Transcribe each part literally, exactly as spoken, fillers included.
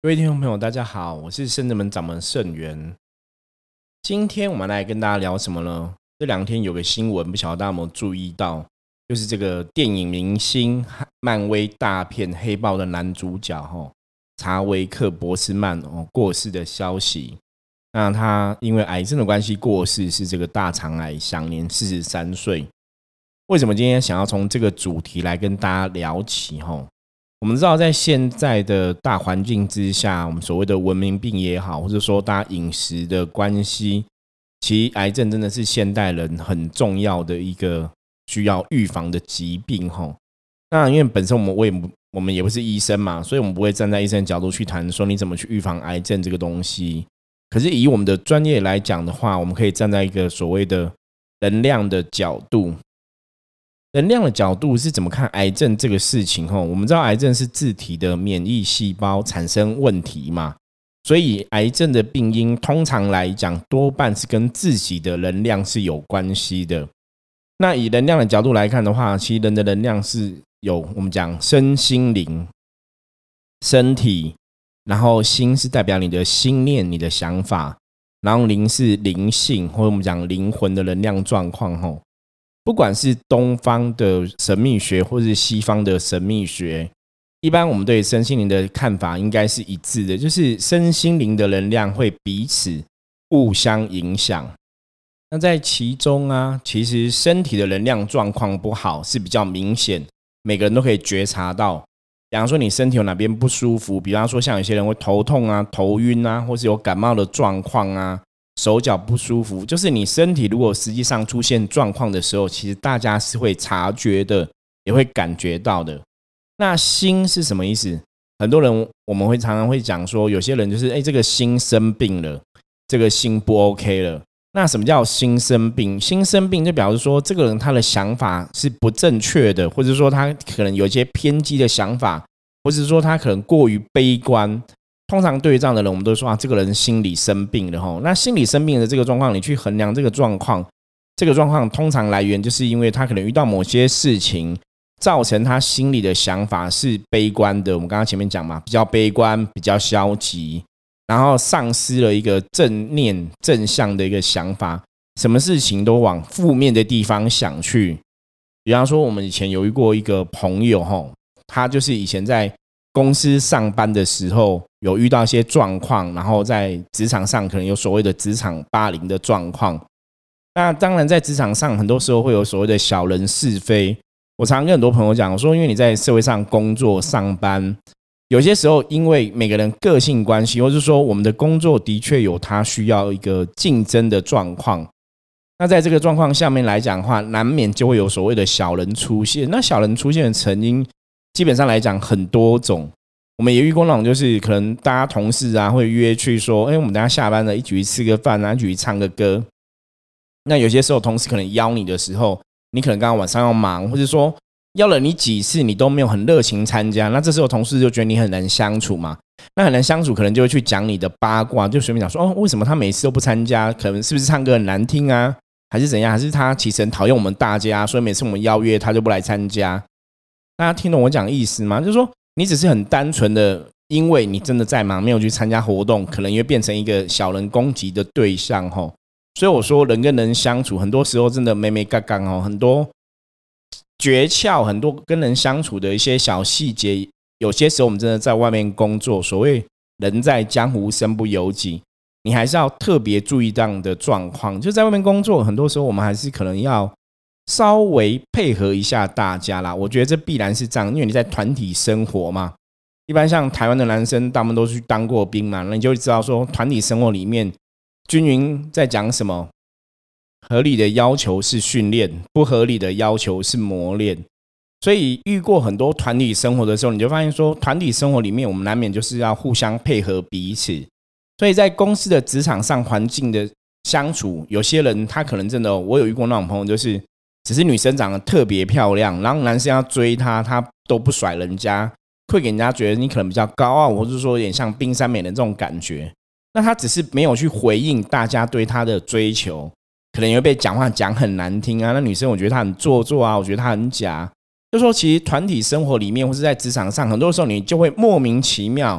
各位听众朋友，大家好，我是圣真门掌门圣元。今天我们来跟大家聊什么呢？这两天有个新闻，不晓得大家有没有注意到，就是这个电影明星、漫威大片《黑豹》的男主角哈查维克·博斯曼哦过世的消息。那他因为癌症的关系过世，是这个大肠癌，享年四十三岁。为什么今天想要从这个主题来跟大家聊起哈？我们知道，在现在的大环境之下，我们所谓的文明病也好，或者说大家饮食的关系，其实癌症真的是现代人很重要的一个需要预防的疾病齁。那因为本身我们我也我们也不是医生嘛，所以我们不会站在医生的角度去谈说你怎么去预防癌症这个东西。可是以我们的专业来讲的话，我们可以站在一个所谓的能量的角度。能量的角度是怎么看癌症这个事情？我们知道癌症是自体的免疫细胞产生问题嘛，所以癌症的病因通常来讲多半是跟自己的能量是有关系的。那以能量的角度来看的话，其实人的能量是有我们讲身心灵，身体，然后心是代表你的心念、你的想法，然后灵是灵性，或者我们讲灵魂的能量状况。不管是东方的神秘学或是西方的神秘学，一般我们对身心灵的看法应该是一致的，就是身心灵的能量会彼此互相影响。那在其中啊，其实身体的能量状况不好是比较明显，每个人都可以觉察到。比方说你身体有哪边不舒服，比方说像有些人会头痛啊、头晕啊，或是有感冒的状况啊，手脚不舒服，就是你身体如果实际上出现状况的时候，其实大家是会察觉的，也会感觉到的。那心是什么意思？很多人我们会常常会讲说，有些人就是哎，这个心生病了，这个心不 OK 了。那什么叫心生病？心生病就表示说，这个人他的想法是不正确的，或者说他可能有一些偏激的想法，或者说他可能过于悲观。通常对于这样的人，我们都说啊，这个人心理生病了齁。那心理生病的这个状况，你去衡量这个状况，这个状况通常来源就是因为他可能遇到某些事情，造成他心里的想法是悲观的。我们刚刚前面讲嘛，比较悲观，比较消极，然后丧失了一个正念、正向的一个想法，什么事情都往负面的地方想去。比方说，我们以前有遇过一个朋友齁，他就是以前在公司上班的时候有遇到一些状况，然后在职场上可能有所谓的职场霸凌的状况。那当然在职场上很多时候会有所谓的小人是非。我常常跟很多朋友讲说，因为你在社会上工作上班，有些时候因为每个人个性关系，或是说我们的工作的确有他需要一个竞争的状况，那在这个状况下面来讲的话，难免就会有所谓的小人出现。那小人出现的成因基本上来讲很多种，我们也遇过那种就是可能大家同事啊会约去说，哎，我们等一下下班了一起去吃个饭啊，一起去唱个歌。那有些时候同事可能邀你的时候，你可能刚刚晚上要忙，或者说邀了你几次你都没有很热情参加，那这时候同事就觉得你很难相处嘛。那很难相处，可能就会去讲你的八卦，就随便讲说，哦，为什么他每次都不参加？可能是不是唱歌很难听啊，还是怎样？还是他其实很讨厌我们大家，所以每次我们邀约他就不来参加？大家听懂我讲意思吗？就是说你只是很单纯的因为你真的在忙没有去参加活动，可能也会变成一个小人攻击的对象。所以我说人跟人相处很多时候真的眉眉角角，很多诀窍，很多跟人相处的一些小细节，有些时候我们真的在外面工作，所谓人在江湖身不由己，你还是要特别注意这样的状况。就在外面工作很多时候我们还是可能要稍微配合一下大家啦，我觉得这必然是这样，因为你在团体生活嘛。一般像台湾的男生大部分都去当过兵嘛，那你就会知道说团体生活里面军营在讲什么，合理的要求是训练，不合理的要求是磨练。所以遇过很多团体生活的时候，你就发现说团体生活里面我们难免就是要互相配合彼此。所以在公司的职场上环境的相处，有些人他可能真的，我有遇过那种朋友，就是只是女生长得特别漂亮，然后男生要追她，她都不甩人家，会给人家觉得你可能比较高傲，或者说有点像冰山美人这种感觉。那她只是没有去回应大家对她的追求，可能也会被讲话讲很难听啊。那女生我觉得她很做作啊，我觉得她很假。就说其实团体生活里面或是在职场上，很多时候你就会莫名其妙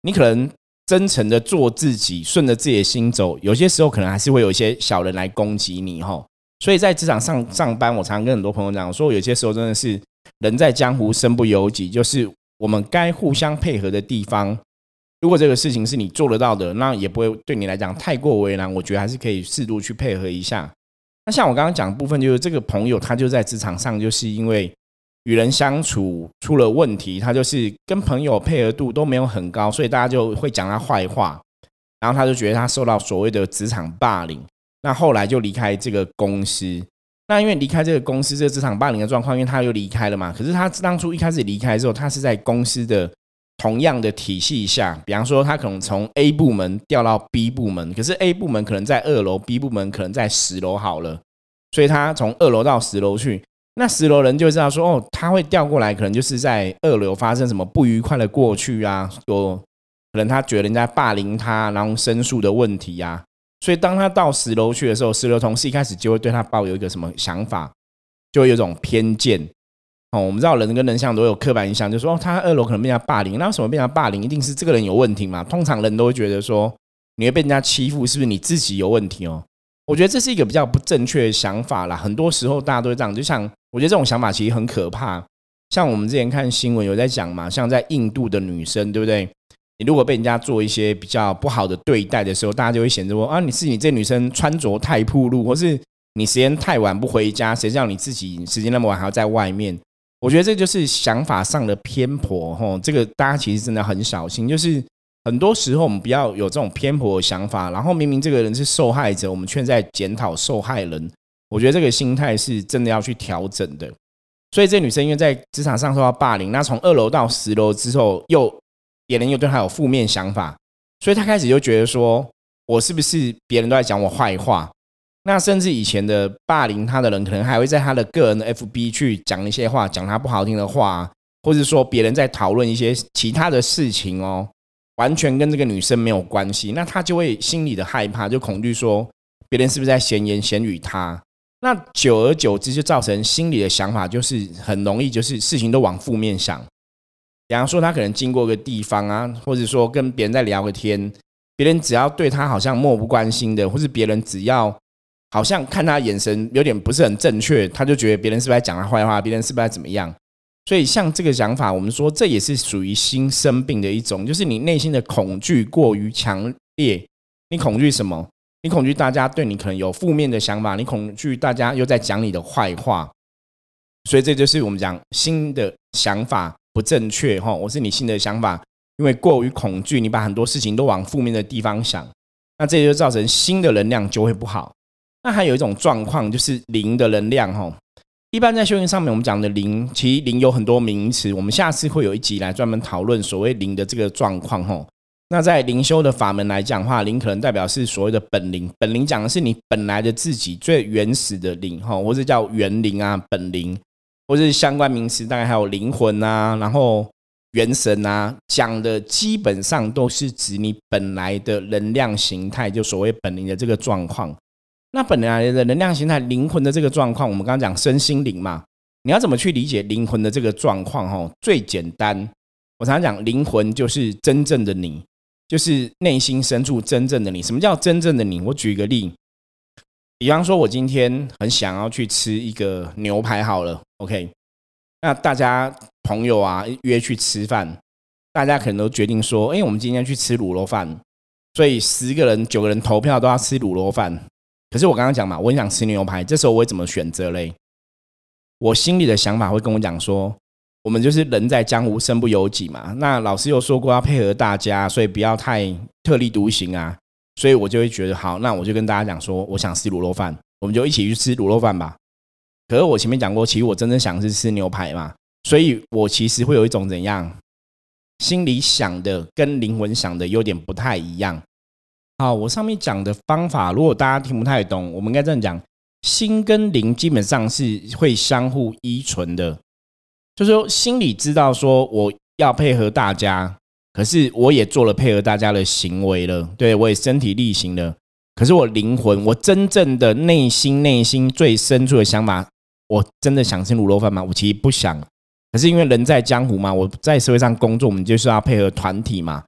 你可能真诚的做自己，顺着自己的心走，有些时候可能还是会有一些小人来攻击你齁。所以在职场上上班，我常常跟很多朋友讲说，有些时候真的是人在江湖身不由己，就是我们该互相配合的地方，如果这个事情是你做得到的，那也不会对你来讲太过为难，我觉得还是可以适度去配合一下。那像我刚刚讲的部分，就是这个朋友他就在职场上，就是因为与人相处出了问题，他就是跟朋友配合度都没有很高，所以大家就会讲他坏话，然后他就觉得他受到所谓的职场霸凌，那后来就离开这个公司。那因为离开这个公司，这个职场霸凌的状况，因为他又离开了嘛，可是他当初一开始离开之后，他是在公司的同样的体系下，比方说他可能从 A 部门调到 B 部门，可是 A 部门可能在二楼， B 部门可能在十楼好了，所以他从二楼到十楼去，那十楼人就知道说，哦，他会调过来，可能就是在二楼发生什么不愉快的过去啊，有可能他觉得人家霸凌他，然后申诉的问题啊，所以当他到十楼去的时候，十楼同事一开始就会对他抱有一个什么想法，就会有一种偏见。哦，我们知道人跟人相都有刻板印象，就说、哦、他二楼可能被人家霸凌，那为什么被人家霸凌？一定是这个人有问题嘛？通常人都会觉得说，你会被人家欺负，是不是你自己有问题哦？我觉得这是一个比较不正确的想法啦。很多时候大家都会这样，就像我觉得这种想法其实很可怕。像我们之前看新闻有在讲嘛，像在印度的女生，对不对？你如果被人家做一些比较不好的对待的时候，大家就会显得说啊，你是你这女生穿着太暴露，或是你时间太晚不回家，谁叫你自己时间那么晚还要在外面？我觉得这就是想法上的偏颇齁，这个大家其实真的很小心，就是很多时候我们不要有这种偏颇的想法，然后明明这个人是受害者，我们却在检讨受害人，我觉得这个心态是真的要去调整的。所以这女生因为在职场上受到霸凌，那从二楼到十楼之后，又别人又对她有负面想法，所以她开始就觉得说，我是不是别人都在讲我坏话？那甚至以前的霸凌他的人，可能还会在他的个人的 F B 去讲一些话，讲他不好听的话，或者说别人在讨论一些其他的事情哦，完全跟这个女生没有关系，那他就会心里的害怕，就恐惧说别人是不是在闲言闲语他。那久而久之就造成心里的想法，就是很容易就是事情都往负面想。比方说他可能经过一个地方啊，或者说跟别人在聊个天，别人只要对他好像漠不关心的，或是别人只要好像看他眼神有点不是很正确，他就觉得别人是不是在讲他坏话，别人是不是在怎么样。所以像这个想法，我们说这也是属于心生病的一种，就是你内心的恐惧过于强烈。你恐惧什么？你恐惧大家对你可能有负面的想法，你恐惧大家又在讲你的坏话。所以这就是我们讲新的想法不正确，或是你新的想法因为过于恐惧，你把很多事情都往负面的地方想，那这就造成新的能量就会不好。那还有一种状况就是灵的能量，一般在修行上面我们讲的灵，其实灵有很多名词，我们下次会有一集来专门讨论所谓灵的这个状况。那在灵修的法门来讲的话，灵可能代表是所谓的本灵，本灵讲的是你本来的自己最原始的灵，或者叫元灵啊、本灵，或者是相关名词大概还有灵魂啊，然后元神啊，讲的基本上都是指你本来的能量形态，就所谓本灵的这个状况。那本来的能量形态灵魂的这个状况，我们刚刚讲身心灵嘛，你要怎么去理解灵魂的这个状况？最简单，我常常讲灵魂就是真正的你，就是内心深处真正的你。什么叫真正的你？我举一个例，比方说我今天很想要去吃一个牛排好了 OK， 那大家朋友啊约去吃饭，大家可能都决定说，哎，我们今天去吃卤肉饭，所以十个人九个人投票都要吃卤肉饭。可是我刚刚讲嘛，我很想吃牛排，这时候我会怎么选择嘞？我心里的想法会跟我讲说，我们就是人在江湖身不由己嘛。那老师又说过要配合大家，所以不要太特立独行啊。所以我就会觉得好，那我就跟大家讲说，我想吃卤肉饭，我们就一起去吃卤肉饭吧。可是我前面讲过，其实我真正想的是吃牛排嘛，所以我其实会有一种怎样，心里想的跟灵魂想的有点不太一样。好，我上面讲的方法，如果大家听不太懂，我们应该这样讲：心跟灵基本上是会相互依存的。就是说，心里知道说我要配合大家，可是我也做了配合大家的行为了，对，我也身体力行了。可是我灵魂，我真正的内心内心最深处的想法，我真的想吃卤肉饭吗？我其实不想。可是因为人在江湖嘛，我在社会上工作，我们就是要配合团体嘛。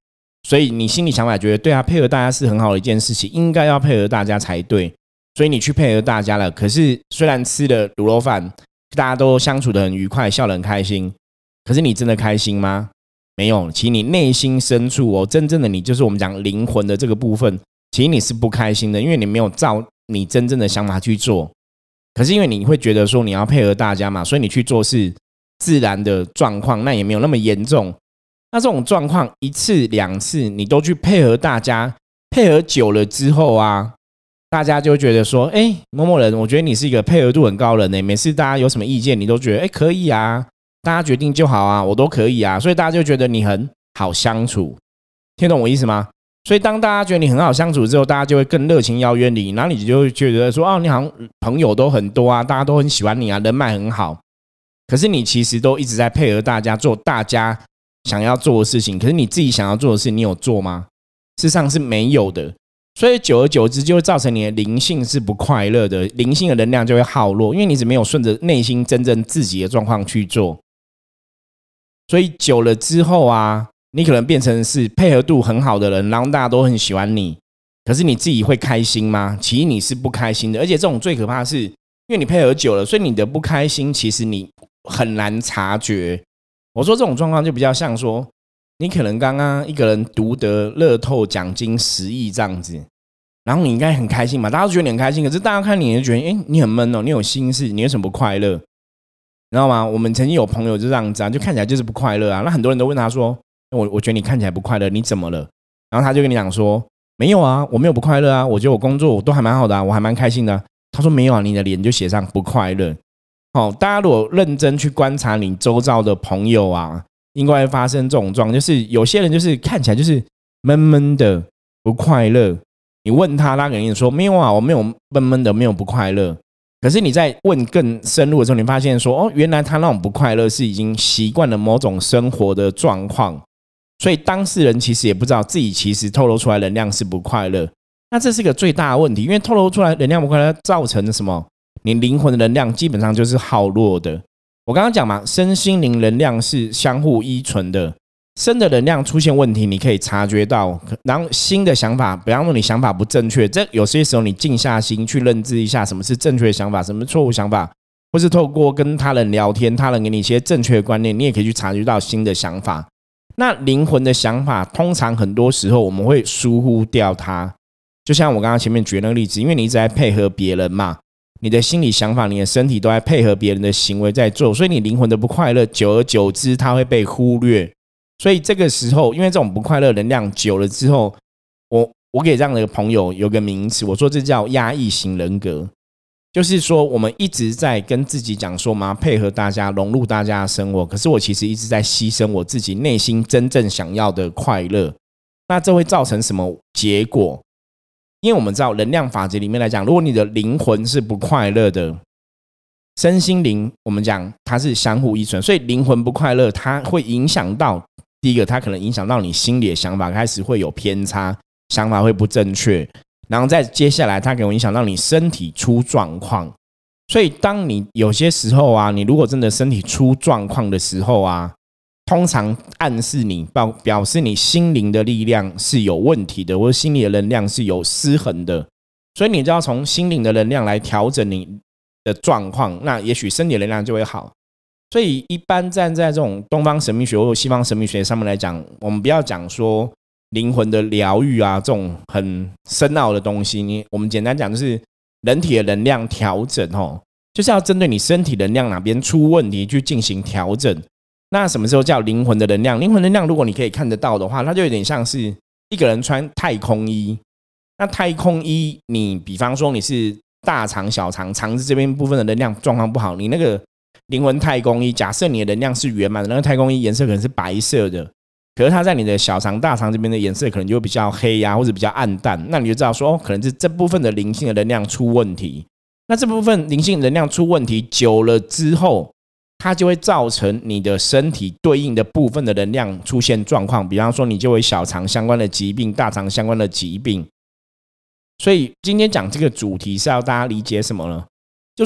所以你心里想法觉得对啊，配合大家是很好的一件事情，应该要配合大家才对，所以你去配合大家了。可是虽然吃了卤肉饭，大家都相处得很愉快，笑得很开心，可是你真的开心吗？没有，其实你内心深处哦，真正的你就是我们讲灵魂的这个部分，其实你是不开心的，因为你没有照你真正的想法去做。可是因为你会觉得说你要配合大家嘛，所以你去做是自然的状况，那也没有那么严重。那这种状况一次两次你都去配合大家，配合久了之后啊，大家就会觉得说，哎，某某人，我觉得你是一个配合度很高的人呢，每次大家有什么意见，你都觉得哎可以啊，大家决定就好啊，我都可以啊，所以大家就觉得你很好相处，听懂我意思吗？所以当大家觉得你很好相处之后，大家就会更热情邀约你，然后你就会觉得说，哦，你好像朋友都很多啊，大家都很喜欢你啊，人脉很好。可是你其实都一直在配合大家做大家想要做的事情，可是你自己想要做的事，你有做吗？事实上是没有的。所以久而久之就会造成你的灵性是不快乐的，灵性的能量就会耗弱，因为你只没有顺着内心真正自己的状况去做。所以久了之后啊，你可能变成是配合度很好的人，然后大家都很喜欢你，可是你自己会开心吗？其实你是不开心的，而且这种最可怕的是，因为你配合久了，所以你的不开心其实你很难察觉。我说这种状况就比较像说，你可能刚刚一个人独得乐透奖金十亿这样子，然后你应该很开心嘛，大家都觉得你很开心，可是大家看你就觉得，哎，你很闷哦，你有心事，你为什么不快乐？你知道吗？我们曾经有朋友就这样子啊，就看起来就是不快乐啊。那很多人都问他说，我我觉得你看起来不快乐，你怎么了？然后他就跟你讲说，没有啊，我没有不快乐啊，我觉得我工作都还蛮好的啊，我还蛮开心的啊。他说没有啊，你的脸就写上不快乐。哦，大家如果认真去观察你周遭的朋友啊，应该会发生这种状况，就是有些人就是看起来就是闷闷的不快乐。你问他，他可能说没有啊，我没有闷闷的，没有不快乐。可是你在问更深入的时候，你发现说，哦，原来他那种不快乐是已经习惯了某种生活的状况，所以当事人其实也不知道自己其实透露出来能量是不快乐。那这是个最大的问题，因为透露出来能量不快乐造成的什么？你灵魂的能量基本上就是耗弱的。我刚刚讲嘛，身心灵能量是相互依存的。身的能量出现问题，你可以察觉到，然后新的想法，比方说你想法不正确，这有些时候你静下心去认知一下什么是正确的想法，什么是错误想法，或是透过跟他人聊天，他人给你一些正确的观念，你也可以去察觉到新的想法。那灵魂的想法，通常很多时候我们会疏忽掉它。就像我刚刚前面举的那个例子，因为你一直在配合别人嘛，你的心理想法，你的身体都在配合别人的行为在做，所以你灵魂的不快乐，久而久之它会被忽略。所以这个时候，因为这种不快乐能量久了之后，我我给这样的一个朋友有个名词，我说这叫压抑型人格。就是说我们一直在跟自己讲说我们要配合大家，融入大家的生活，可是我其实一直在牺牲我自己内心真正想要的快乐。那这会造成什么结果？因为我们知道能量法则里面来讲，如果你的灵魂是不快乐的，身心灵我们讲它是相互依存，所以灵魂不快乐，它会影响到第一个，它可能影响到你心里的想法开始会有偏差，想法会不正确，然后再接下来它可能影响到你身体出状况。所以当你有些时候啊，你如果真的身体出状况的时候啊，通常暗示你表示你心灵的力量是有问题的，或者心理的能量是有失衡的，所以你就要从心灵的能量来调整你的状况，那也许身体的能量就会好。所以一般站在这种东方神秘学或西方神秘学上面来讲，我们不要讲说灵魂的疗愈啊，这种很深奥的东西，你我们简单讲就是人体的能量调整哦，就是要针对你身体能量哪边出问题去进行调整。那什么时候叫灵魂的能量？灵魂能量如果你可以看得到的话，它就有点像是一个人穿太空衣。那太空衣你比方说你是大肠小肠肠子这边部分的能量状况不好，你那个灵魂太空衣，假设你的能量是圆满的，那个太空衣颜色可能是白色的，可是它在你的小肠大肠这边的颜色可能就会比较黑啊，或者比较暗淡，那你就知道说、哦、可能是这部分的灵性的能量出问题。那这部分灵性能量出问题久了之后，它就会造成你的身体对应的部分的能量出现状况，比方说你就会小肠相关的疾病，大肠相关的疾病。所以今天讲这个主题是要大家理解什么呢？就是说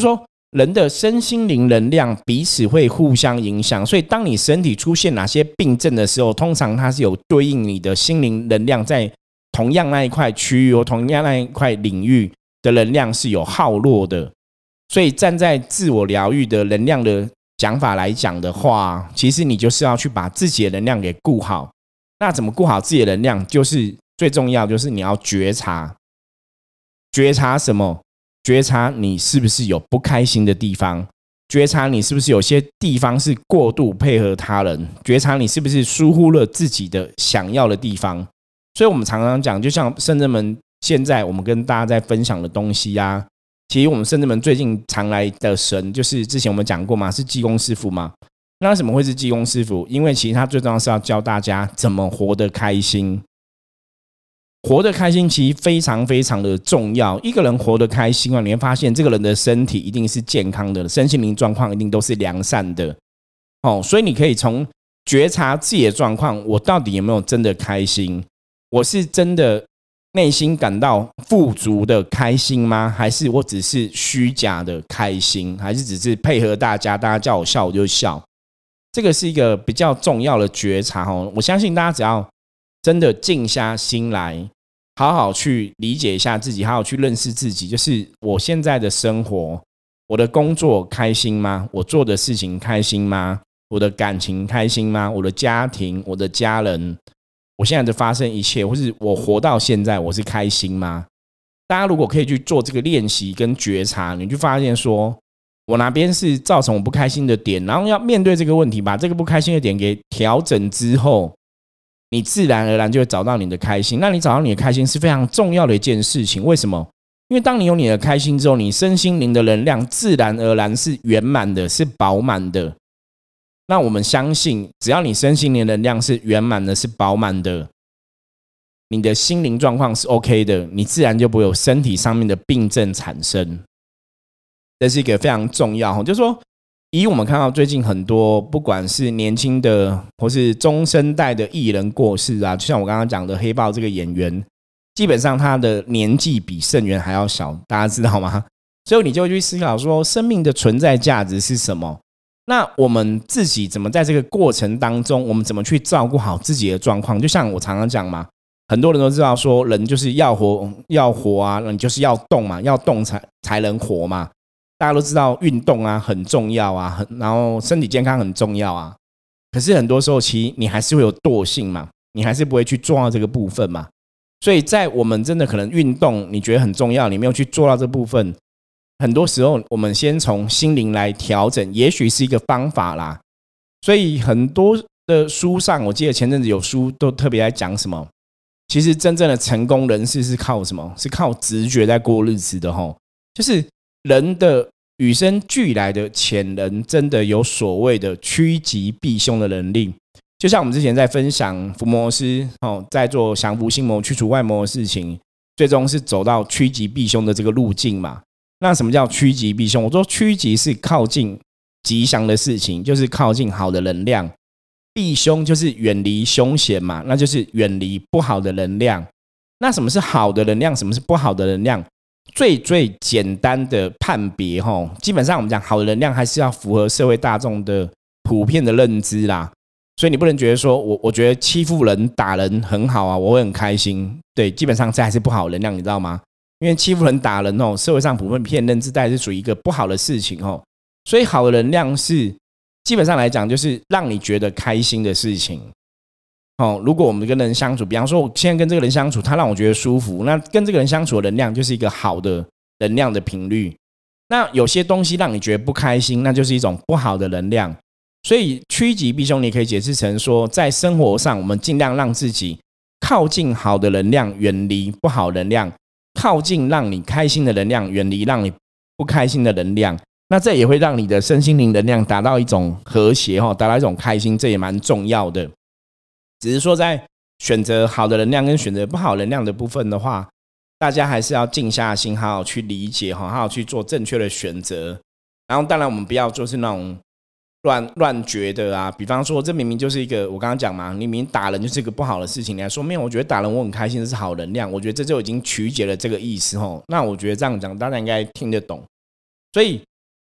人的身心灵能量彼此会互相影响，所以当你身体出现哪些病症的时候，通常它是有对应你的心灵能量在同样那一块区域或同样那一块领域的能量是有耗弱的。所以站在自我疗愈的能量的讲法来讲的话，其实你就是要去把自己的能量给顾好。那怎么顾好自己的能量，就是最重要就是你要觉察。觉察什么？觉察你是不是有不开心的地方，觉察你是不是有些地方是过度配合他人，觉察你是不是疏忽了自己的想要的地方。所以我们常常讲，就像圣真门现在我们跟大家在分享的东西啊，其实我们圣真门最近常来的神，就是之前我们讲过嘛，是济公师傅嘛。那为什么会是济公师傅？因为其实他最重要是要教大家怎么活得开心。活得开心其实非常非常的重要。一个人活得开心啊，你会发现这个人的身体一定是健康的，身心灵状况一定都是良善的。哦，所以你可以从觉察自己的状况，我到底有没有真的开心？我是真的内心感到富足的开心吗？还是我只是虚假的开心？还是只是配合大家，大家叫我笑我就笑？这个是一个比较重要的觉察哦。我相信大家只要真的静下心来，好好去理解一下自己，好好去认识自己，就是我现在的生活，我的工作开心吗？我做的事情开心吗？我的感情开心吗？我的家庭，我的家人，我现在的发生一切，或是我活到现在，我是开心吗？大家如果可以去做这个练习跟觉察，你就发现说我哪边是造成我不开心的点，然后要面对这个问题，把这个不开心的点给调整之后，你自然而然就会找到你的开心。那你找到你的开心是非常重要的一件事情。为什么？因为当你有你的开心之后，你身心灵的能量自然而然是圆满的，是饱满的。那我们相信，只要你身心灵的能量是圆满的，是饱满的，你的心灵状况是 OK 的，你自然就不会有身体上面的病症产生。这是一个非常重要，就是说以我们看到最近很多不管是年轻的或是中生代的艺人过世啊，就像我刚刚讲的黑豹这个演员，基本上他的年纪比圣元还要小，大家知道吗？所以你就会去思考说生命的存在价值是什么。那我们自己怎么在这个过程当中，我们怎么去照顾好自己的状况？就像我常常讲嘛，很多人都知道说人就是要活要活啊，你就是要动嘛，要动才才能活嘛。大家都知道运动啊很重要啊，然后身体健康很重要啊。可是很多时候其实你还是会有惰性嘛，你还是不会去做到这个部分嘛。所以在我们真的可能运动你觉得很重要，你没有去做到这部分，很多时候我们先从心灵来调整，也许是一个方法啦。所以很多的书上，我记得前阵子有书都特别在讲什么，其实真正的成功人士是靠什么？是靠直觉在过日子的齁。就是人的与生俱来的潜能，真的有所谓的趋吉避凶的能力。就像我们之前在分享伏魔师在做降伏心魔、去除外魔的事情，最终是走到趋吉避凶的这个路径嘛。那什么叫趋吉避凶？我说趋吉是靠近吉祥的事情，就是靠近好的能量；避凶就是远离凶险嘛，那就是远离不好的能量。那什么是好的能量？什么是不好的能量？最最简单的判别，基本上我们讲好的能量还是要符合社会大众的普遍的认知啦。所以你不能觉得说我我觉得欺负人打人很好啊，我会很开心。对，基本上这还是不好的能量，你知道吗？因为欺负人打人，社会上普遍认知带是属于一个不好的事情。所以好的能量是基本上来讲就是让你觉得开心的事情。如果我们跟人相处，比方说我现在跟这个人相处，他让我觉得舒服，那跟这个人相处的能量就是一个好的能量的频率。那有些东西让你觉得不开心，那就是一种不好的能量。所以趋吉避凶你可以解释成说，在生活上我们尽量让自己靠近好的能量，远离不好能量，靠近让你开心的能量，远离让你不开心的能量。那这也会让你的身心灵能量达到一种和谐，达到一种开心，这也蛮重要的。只是说在选择好的能量跟选择不好能量的部分的话，大家还是要静下心好好去理解，好好去做正确的选择。然后当然我们不要就是那种乱乱觉得啊，比方说这明明就是一个，我刚刚讲嘛，你明明打人就是一个不好的事情，你还说没有，我觉得打人我很开心，这是好能量，我觉得这就已经曲解了这个意思。那我觉得这样讲大家应该听得懂。所以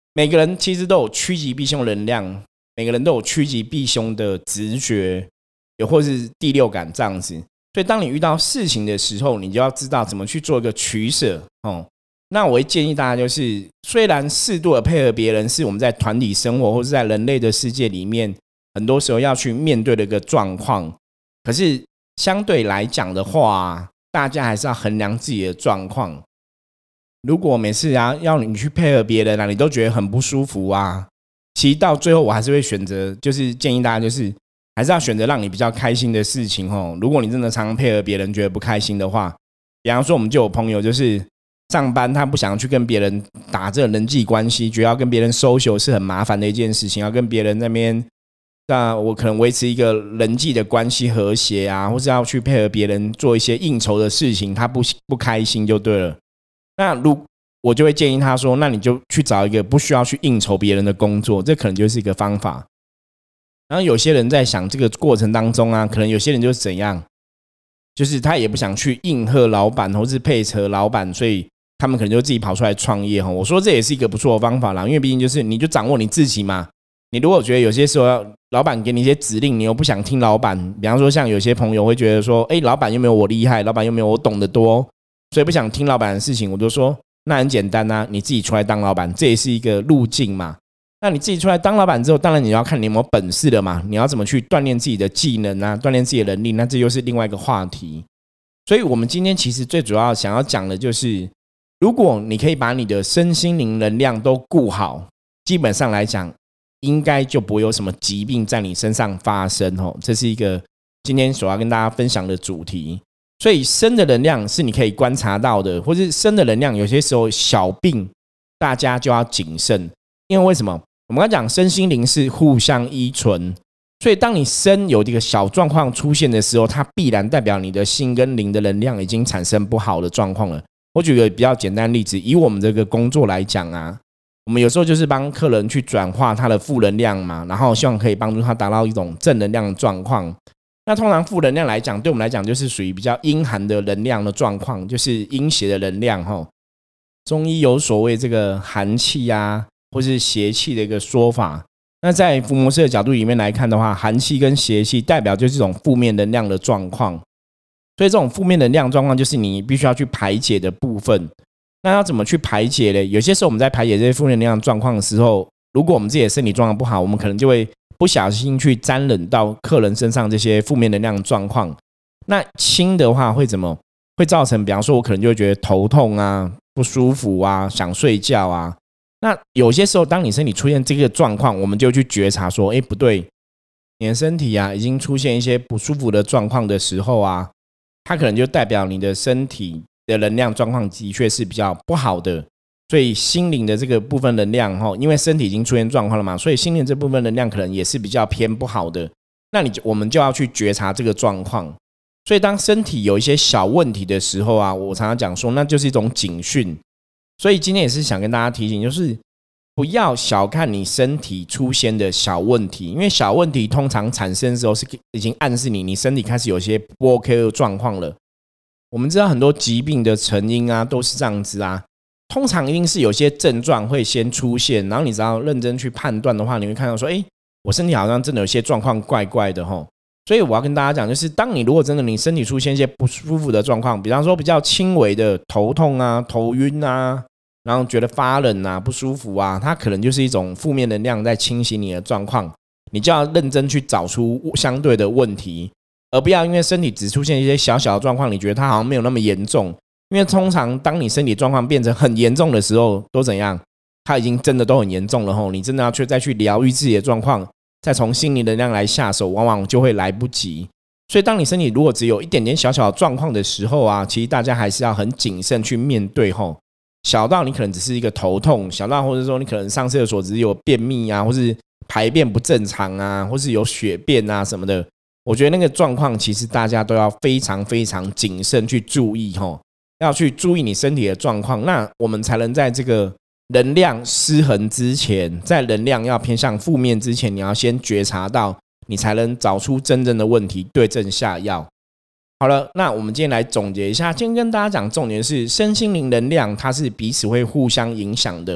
每个人其实都有趋吉避凶的能量，每个人都有趋吉避凶的直觉，也或是第六感这样子。所以当你遇到事情的时候，你就要知道怎么去做一个取舍哦。那我会建议大家，就是虽然适度的配合别人是我们在团体生活或是在人类的世界里面很多时候要去面对的一个状况，可是相对来讲的话，大家还是要衡量自己的状况。如果每次啊要你去配合别人啊，你都觉得很不舒服啊，其实到最后我还是会选择，就是建议大家就是还是要选择让你比较开心的事情哦。如果你真的常常配合别人觉得不开心的话，比方说我们就有朋友就是上班他不想去跟别人打这个人际关系，觉得要跟别人 social 是很麻烦的一件事情，要跟别人那边那我可能维持一个人际的关系和谐啊，或是要去配合别人做一些应酬的事情，他不不开心就对了。那如我就会建议他说，那你就去找一个不需要去应酬别人的工作，这可能就是一个方法。然后有些人在想这个过程当中啊，可能有些人就是怎样，就是他也不想去应和老板或是配合老板，所以他们可能就自己跑出来创业。我说这也是一个不错的方法啦，因为毕竟就是你就掌握你自己嘛。你如果觉得有些时候老板给你一些指令，你又不想听老板，比方说像有些朋友会觉得说，哎，老板又没有我厉害，老板又没有我懂得多，所以不想听老板的事情，我就说那很简单啊，你自己出来当老板，这也是一个路径嘛。那你自己出来当老板之后，当然你要看你有没有本事了嘛，你要怎么去锻炼自己的技能啊，锻炼自己的能力，那这又是另外一个话题。所以我们今天其实最主要想要讲的就是，如果你可以把你的身心灵能量都顾好，基本上来讲应该就不会有什么疾病在你身上发生。这是一个今天所要跟大家分享的主题。所以生的能量是你可以观察到的，或是生的能量有些时候小病大家就要谨慎。因为为什么？我们刚讲身心灵是互相依存，所以当你身有这个小状况出现的时候，它必然代表你的心跟灵的能量已经产生不好的状况了。我举个比较简单的例子，以我们这个工作来讲啊，我们有时候就是帮客人去转化他的负能量嘛，然后希望可以帮助他达到一种正能量的状况。那通常负能量来讲，对我们来讲就是属于比较阴寒的能量的状况，就是阴邪的能量。中医有所谓这个寒气啊或是邪气的一个说法。那在伏魔师的角度里面来看的话，寒气跟邪气代表就是这种负面能量的状况，所以这种负面能量状况就是你必须要去排解的部分。那要怎么去排解呢？有些时候我们在排解这些负面能量状况的时候，如果我们自己的身体状况不好，我们可能就会不小心去沾染到客人身上这些负面能量状况。那轻的话会怎么？会造成比方说我可能就会觉得头痛啊、不舒服啊、想睡觉啊。那有些时候当你身体出现这个状况，我们就去觉察说，哎，不对，你的身体啊已经出现一些不舒服的状况的时候啊，它可能就代表你的身体的能量状况的确是比较不好的。所以心灵的这个部分能量，因为身体已经出现状况了嘛，所以心灵这部分能量可能也是比较偏不好的。那你我们就要去觉察这个状况。所以当身体有一些小问题的时候啊，我常常讲说那就是一种警讯。所以今天也是想跟大家提醒，就是不要小看你身体出现的小问题，因为小问题通常产生的时候是已经暗示你你身体开始有些不 OK 的状况了。我们知道很多疾病的成因啊都是这样子啊，通常一定是有些症状会先出现，然后你只要认真去判断的话，你会看到说，哎，我身体好像真的有些状况怪怪的齁。所以我要跟大家讲，就是当你如果真的你身体出现一些不舒服的状况，比方说比较轻微的头痛啊、头晕啊，然后觉得发冷啊、不舒服啊，它可能就是一种负面能量在侵袭你的状况，你就要认真去找出相对的问题，而不要因为身体只出现一些小小的状况，你觉得它好像没有那么严重。因为通常当你身体状况变成很严重的时候，都怎样？它已经真的都很严重了齁，你真的要去再去疗愈自己的状况，再从心理能量来下手，往往就会来不及。所以当你身体如果只有一点点小小的状况的时候啊，其实大家还是要很谨慎去面对齁。小到你可能只是一个头痛，小到或者说你可能上厕所只是有便秘啊，或是排便不正常啊，或是有血便啊什么的，我觉得那个状况其实大家都要非常非常谨慎去注意齁，要去注意你身体的状况，那我们才能在这个能量失衡之前，在能量要偏向负面之前，你要先觉察到，你才能找出真正的问题，对症下药。好了，那我们今天来总结一下，今天跟大家讲重点是身心灵能量它是彼此会互相影响的。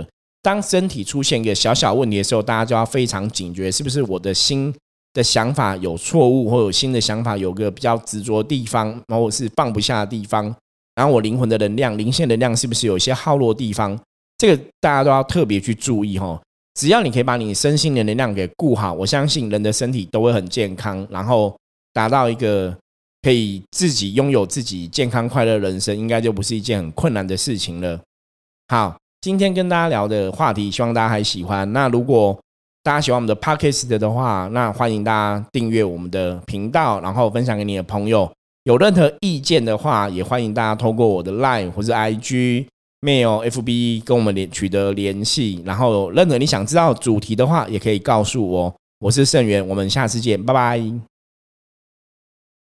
当身体出现一个小小问题的时候，大家就要非常警觉，是不是我的心的想法有错误，或有新的想法有个比较执着的地方，然后是放不下的地方，然后我灵魂的能量、灵性能量是不是有一些耗落的地方，这个大家都要特别去注意齁。只要你可以把你身心的能量给顾好，我相信人的身体都会很健康，然后达到一个可以自己拥有自己健康快乐的人生，应该就不是一件很困难的事情了。好，今天跟大家聊的话题希望大家还喜欢，那如果大家喜欢我们的 Podcast 的话，那欢迎大家订阅我们的频道，然后分享给你的朋友。有任何意见的话，也欢迎大家透过我的 Line 或是 I G、Mail、F B 跟我们取得联系，然后任何你想知道的主题的话，也可以告诉我。我是盛元，我们下次见，拜拜。